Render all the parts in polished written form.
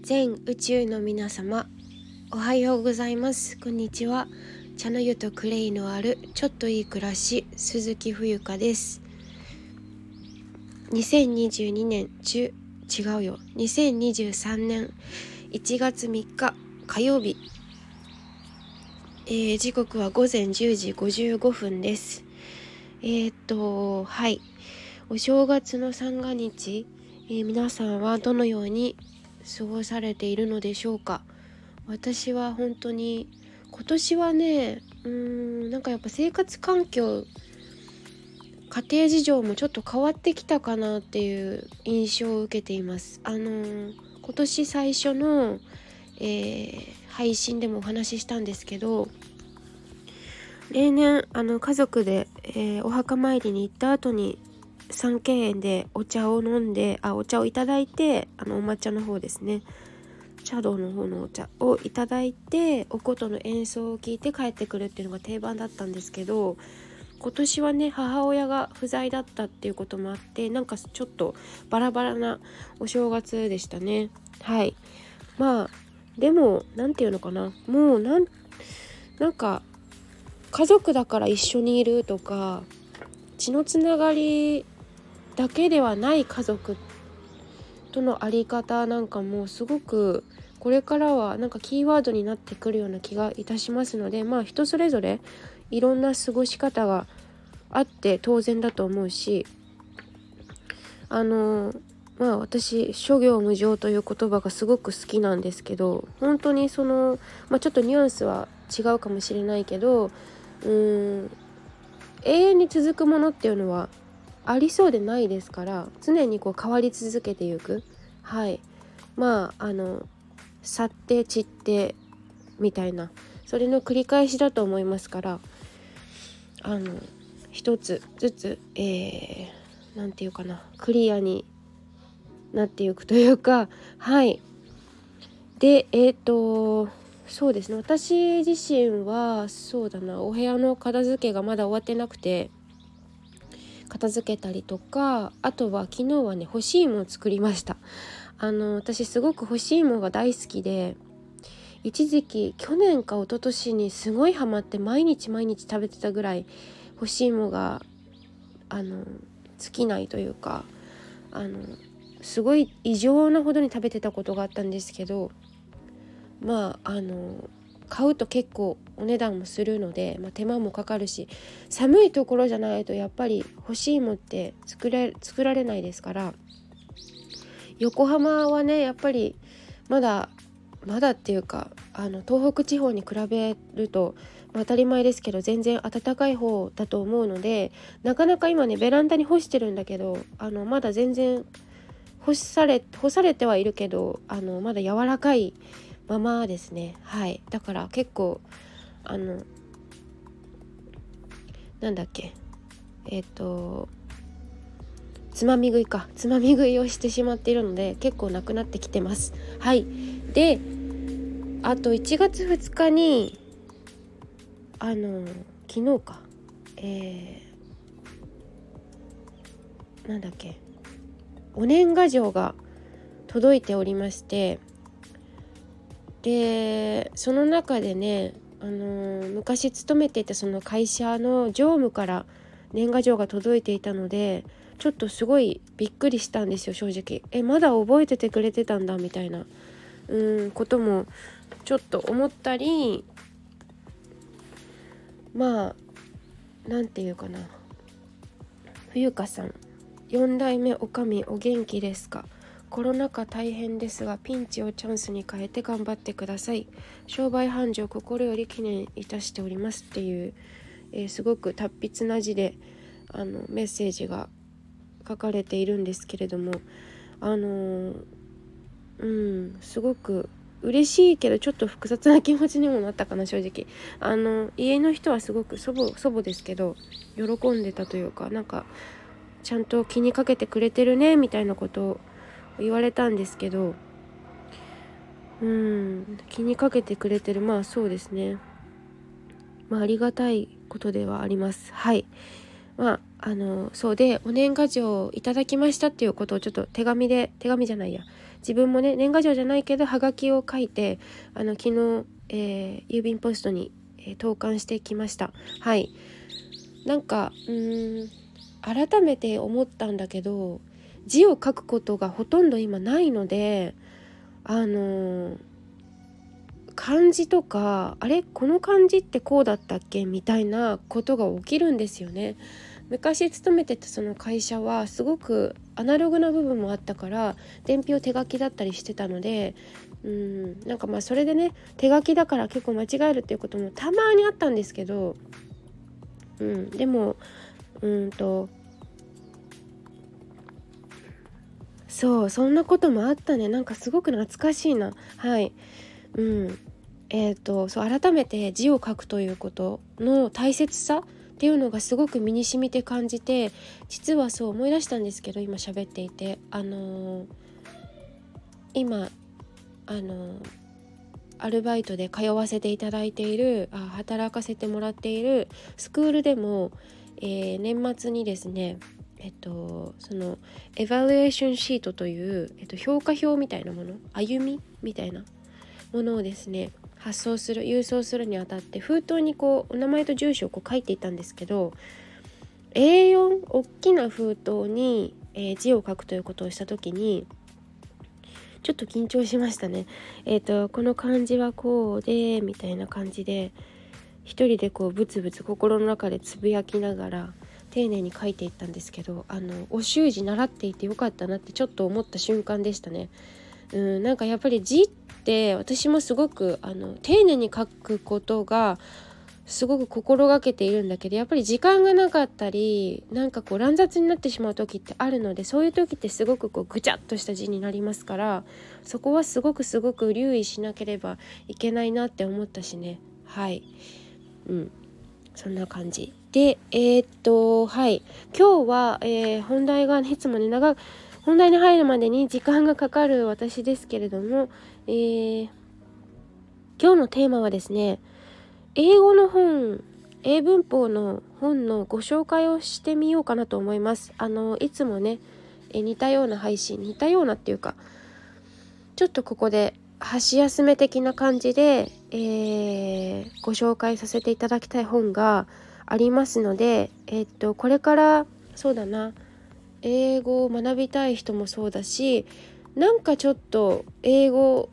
全宇宙の皆様、おはようございます。こんにちは。茶の湯とクレイのあるちょっといい暮らし、鈴木冬香です。2022年2023年1月3日火曜日、時刻は午前10時55分です。はい、お正月の三が日、皆さんはどのように過ごされているのでしょうか。私は本当に今年はね、なんかやっぱ生活環境、家庭事情もちょっと変わってきたかなっていう印象を受けています。今年最初の、配信でもお話ししたんですけど、例年家族で、お墓参りに行った後に三軒園でお茶を飲んでお茶をいただいて、お抹茶の方ですね、茶道の方のお茶をいただいて、お琴の演奏を聞いて帰ってくるっていうのが定番だったんですけど、今年はね、母親が不在だったっていうこともあって、なんかちょっとバラバラなお正月でしたね。はい。まあでもなんていうのかな、もうなんか家族だから一緒にいるとか、血のつながりだけではない家族とのあり方なんかもすごくこれからはなんかキーワードになってくるような気がいたしますので、人それぞれいろんな過ごし方があって当然だと思うし、私諸行無常という言葉がすごく好きなんですけど、本当にちょっとニュアンスは違うかもしれないけど、永遠に続くものっていうのはありそうでないですから、常に変わり続けていく。はい。去って散ってみたいな、それの繰り返しだと思いますから、一つずつなんていうかな、クリアになっていくというか、はい。でそうですね、私自身はそうだな、お部屋の片付けがまだ終わってなくて、片付けたりとか、あとは昨日はね、干し芋を作りました。私すごく干し芋が大好きで、一時期去年か一昨年にすごいハマって毎日食べてたぐらい干し芋が尽きないというか、すごい異常なほどに食べてたことがあったんですけど、買うと結構お値段もするので、手間もかかるし、寒いところじゃないとやっぱり干し芋って作られないですから、横浜はねやっぱりまだっていうか、東北地方に比べると、当たり前ですけど全然暖かい方だと思うので、なかなか今ねベランダに干してるんだけど、まだ全然干されてはいるけど、まだ柔らかいままですね。はい。だから結構なんだっけつまみ食いをしてしまっているので、結構なくなってきてます。はい。で、あと1月2日に昨日かなんだっけ、お年賀状が届いておりまして、でその中でね、昔勤めていたその会社の常務から年賀状が届いていたので、ちょっとすごいびっくりしたんですよ、正直。まだ覚えててくれてたんだみたいなこともちょっと思ったり、なんていうかな、冬香さん4代目おかみお元気ですか。コロナ禍大変ですがピンチをチャンスに変えて頑張ってください。商売繁盛心より記念いたしておりますっていう、すごく達筆な字でメッセージが書かれているんですけれども、すごく嬉しいけどちょっと複雑な気持ちにもなったかな、正直。家の人はすごく祖母ですけど喜んでたというか、なんかちゃんと気にかけてくれてるねみたいなことを言われたんですけど、気にかけてくれてる、そうですね、ありがたいことではあります。はい。そうで、お年賀状をいただきましたっていうことをちょっと手紙じゃないや、 自分もね年賀状じゃないけどハガキを書いて昨日、郵便ポストに、投函してきました。はい。なんか改めて思ったんだけど、字を書くことがほとんど今ないので、漢字とかあれこの漢字ってこうだったっけみたいなことが起きるんですよね。昔勤めてたその会社はすごくアナログな部分もあったから伝票手書きだったりしてたので、なんかそれでね手書きだから結構間違えるっていうこともたまにあったんですけど、でもそんなこともあったね。なんかすごく懐かしいな。はい。改めて字を書くということの大切さっていうのがすごく身に染みて感じて、実はそう思い出したんですけど、今喋っていて今アルバイトで通わせていただいている働かせてもらっているスクールでも、年末にですねそのエバリエーションシートという、評価表みたいなもの、歩みみたいなものをですね郵送するにあたって封筒にお名前と住所を書いていたんですけど、 A4 大きな封筒に、字を書くということをした時にちょっと緊張しましたね。この漢字はこうでみたいな感じで一人でブツブツ心の中でつぶやきながら丁寧に書いていったんですけど、お習字習っていてよかったなってちょっと思った瞬間でしたね。なんかやっぱり字って私もすごく丁寧に書くことがすごく心がけているんだけど、やっぱり時間がなかったりなんか乱雑になってしまう時ってあるので、そういう時ってすごくぐちゃっとした字になりますから、そこはすごく留意しなければいけないなって思ったしね。はい。そんな感じではい、今日は、本題がいつもね本題に入るまでに時間がかかる私ですけれども、今日のテーマはですね、英語の本、英文法の本のご紹介をしてみようかなと思います。いつもね、似たようなっていうか、ちょっとここで箸休め的な感じで、ご紹介させていただきたい本がありますので、これからそうだな、英語を学びたい人もそうだし、なんかちょっと英語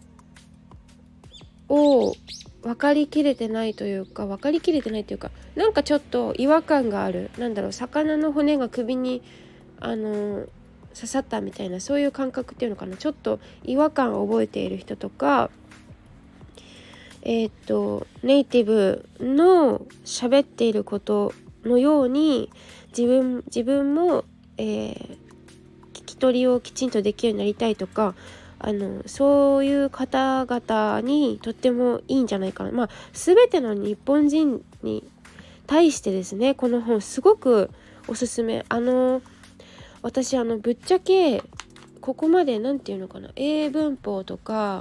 を分かりきれてないというかなんかちょっと違和感がある、魚の骨が首に刺さったみたいな、そういう感覚っていうのかな、ちょっと違和感を覚えている人とか、ネイティブの喋っていることのように自分も、聞き取りをきちんとできるようになりたいとか、そういう方々にとってもいいんじゃないかな。全ての日本人に対してですね、この本すごくおすすめ。私ぶっちゃけここまで英文法とか、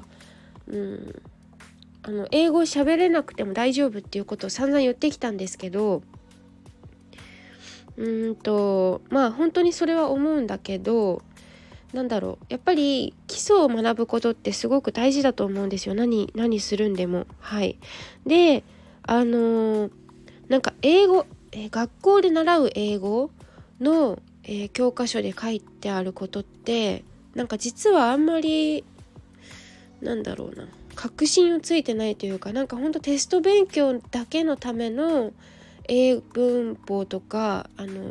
英語喋れなくても大丈夫っていうことを散々言ってきたんですけど、本当にそれは思うんだけど、やっぱり基礎を学ぶことってすごく大事だと思うんですよ。何するんでも。はい。で英語、学校で習う英語の、教科書で書いてあることって実はあんまり確信をついてないというか、ほんとテスト勉強だけのための英文法とか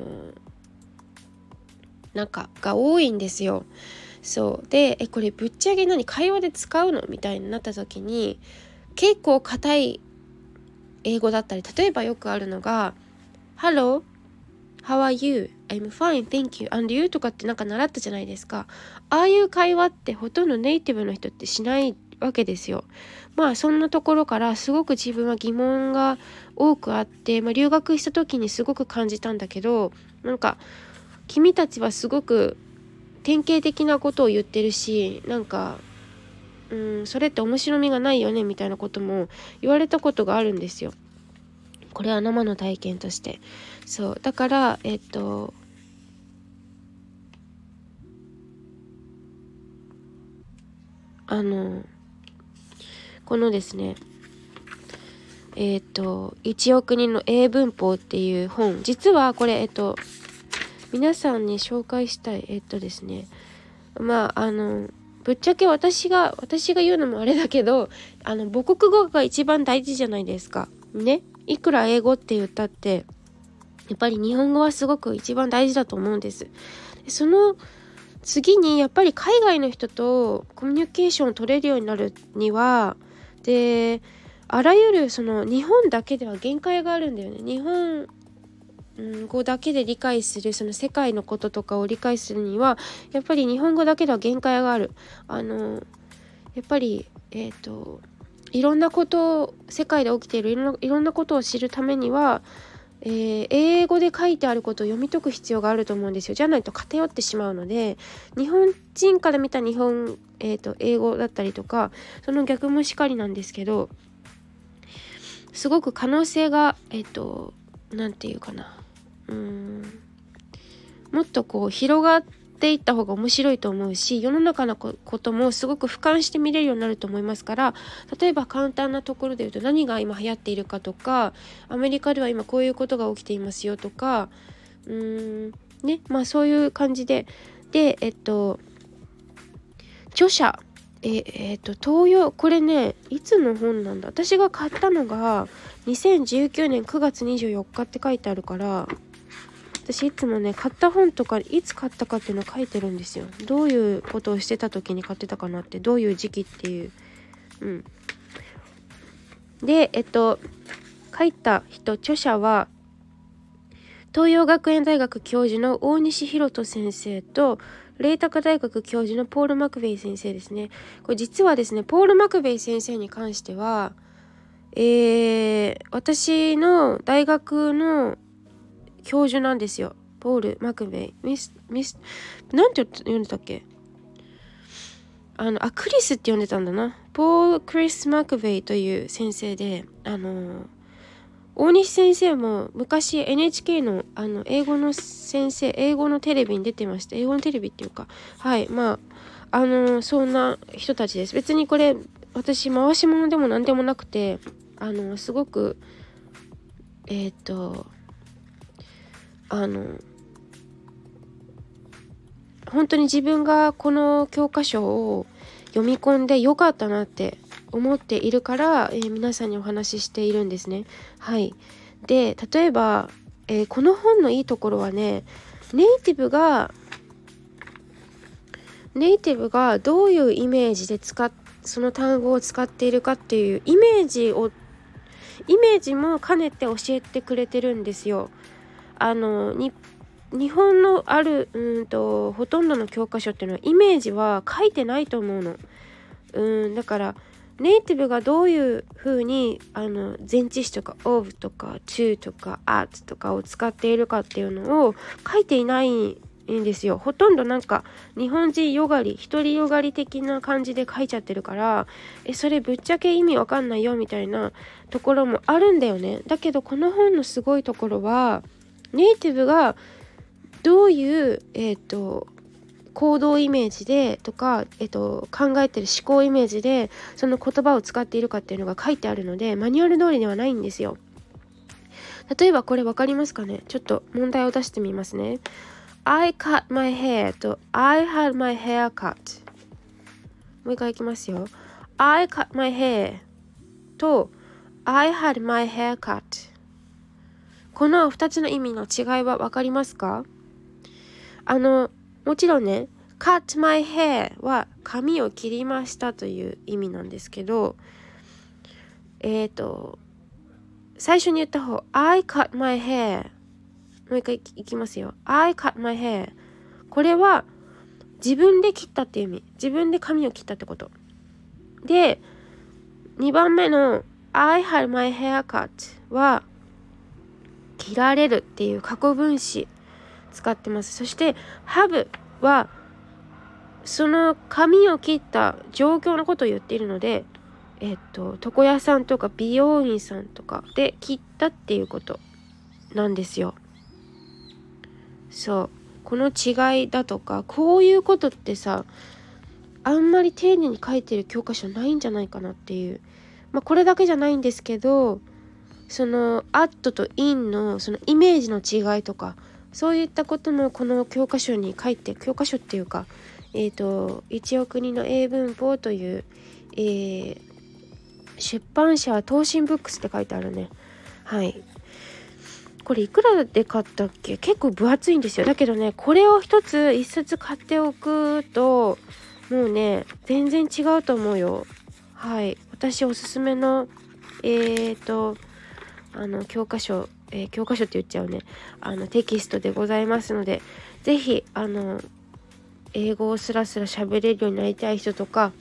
が多いんですよ。そうでこれぶっちゃけ会話で使うのみたいになった時に、結構硬い英語だったり、例えばよくあるのが Hello, how are you? I'm fine, thank you. And you? とかって習ったじゃないですか。ああいう会話ってほとんどネイティブの人ってしないわけですよ。そんなところからすごく自分は疑問が多くあって、留学した時にすごく感じたんだけど、君たちはすごく典型的なことを言ってるし、それって面白みがないよねみたいなことも言われたことがあるんですよ。これは生の体験として。そうだからこのですね1億人の英文法っていう本、実はこれ皆さんに紹介したいですね、ぶっちゃけ私が言うのもあれだけど、母国語が一番大事じゃないですかね。いくら英語って言ったってやっぱり日本語はすごく一番大事だと思うんです。その次にやっぱり海外の人とコミュニケーションを取れるようになるには、であらゆるその日本だけでは限界があるんだよね。日本語だけで理解するその世界のこととかを理解するにはやっぱり日本語だけでは限界がある。やっぱりいろんなこと世界で起きているいろんなことを知るためには、英語で書いてあることを読み解く必要があると思うんですよ。じゃないと偏ってしまうので、日本人から見た英語だったりとかその逆もしかりなんですけど、すごく可能性がなんていうかな、もっとこう広がっていった方が面白いと思うし、世の中のこともすごく俯瞰して見れるようになると思いますから、例えば簡単なところで言うと何が今流行っているかとか、アメリカでは今こういうことが起きていますよとか、そういう感じで著者東洋、これねいつの本なんだ、私が買ったのが2019年9月24日って書いてあるから、私いつもね買った本とかいつ買ったかっていうの書いてるんですよ。どういうことをしてた時に買ってたかなって、どういう時期っていう。で書いた著者は東洋学園大学教授の大西博人先生と麗澤大学教授のポール・マクベイ先生ですね。これ実はですね、ポール・マクベイ先生に関しては、私の大学の教授なんですよ。ポール・マクベイなんて呼んでたっけ、クリスって呼んでたんだな。ポール・クリス・マクベイという先生で、大西先生も昔 NHK の英語の先生、英語のテレビに出てました。英語のテレビっていうか、そんな人たちです。別にこれ私回し物でも何でもなくて、すごく本当に自分がこの教科書を読み込んでよかったなって思っているから、皆さんにお話ししているんですね。はい。で例えば、この本のいいところはね、ネイティブがどういうイメージでその単語を使っているかっていうイメージも兼ねて教えてくれてるんですよ。日本のあるほとんどの教科書っていうのはイメージは書いてないと思うの。だからネイティブがどういう風に前置詞とか of とか to とか at とかを使っているかっていうのを書いていないんですよ。ほとんどなんか日本人よがり、独りよがり的な感じで書いちゃってるから、それぶっちゃけ意味わかんないよみたいなところもあるんだよね。だけどこの本のすごいところは、ネイティブがどういう行動イメージでとか、考えてる思考イメージでその言葉を使っているかっていうのが書いてあるので、マニュアル通りではないんですよ。例えばこれ分かりますかね。ちょっと問題を出してみますね。I cut my hair と I had my hair cut。 もう一回いきますよ。 I cut my hair と I had my hair cut。 この2つの意味の違いは分かりますか？もちろんね、cut my hair は髪を切りましたという意味なんですけど、最初に言った方 I cut my hair、 もう一回いきますよ。 I cut my hair、 これは自分で切ったっていう意味、自分で髪を切ったってことで、2番目の I had my hair cut は切られるっていう過去分詞使ってます。そして have はその髪を切った状況のことを言っているので、床屋さんとか美容院さんとかで切ったっていうことなんですよ。そう、この違いだとか、こういうことってさ、 あんまり丁寧に書いてる教科書ないんじゃないかなっていう、これだけじゃないんですけど、そのアットとインのそのイメージの違いとか、そういったこともこの教科書に書いて、教科書っていうか1億人の英文法という、出版社は東進ブックスって書いてあるね。はい、これいくらで買ったっけ？結構分厚いんですよ。だけどね、これを一冊買っておくともうね全然違うと思うよ。はい、私おすすめの教科書って言っちゃうね、テキストでございますので、ぜひ英語をスラスラ喋れるようになりたい人とか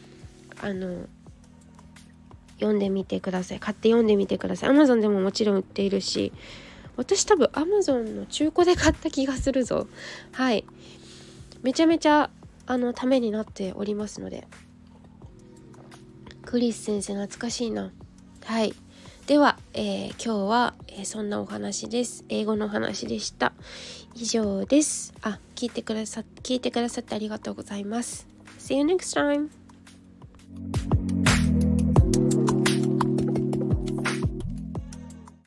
読んでみてください。買って読んでみてください。 Amazon でももちろん売っているし、私多分 Amazon の中古で買った気がするぞ。はい、めちゃめちゃためになっておりますので。クリス先生懐かしいな。はい、では、今日は、そんなお話です。英語のお話でした。以上です。聞いてくださってありがとうございます。See you next time.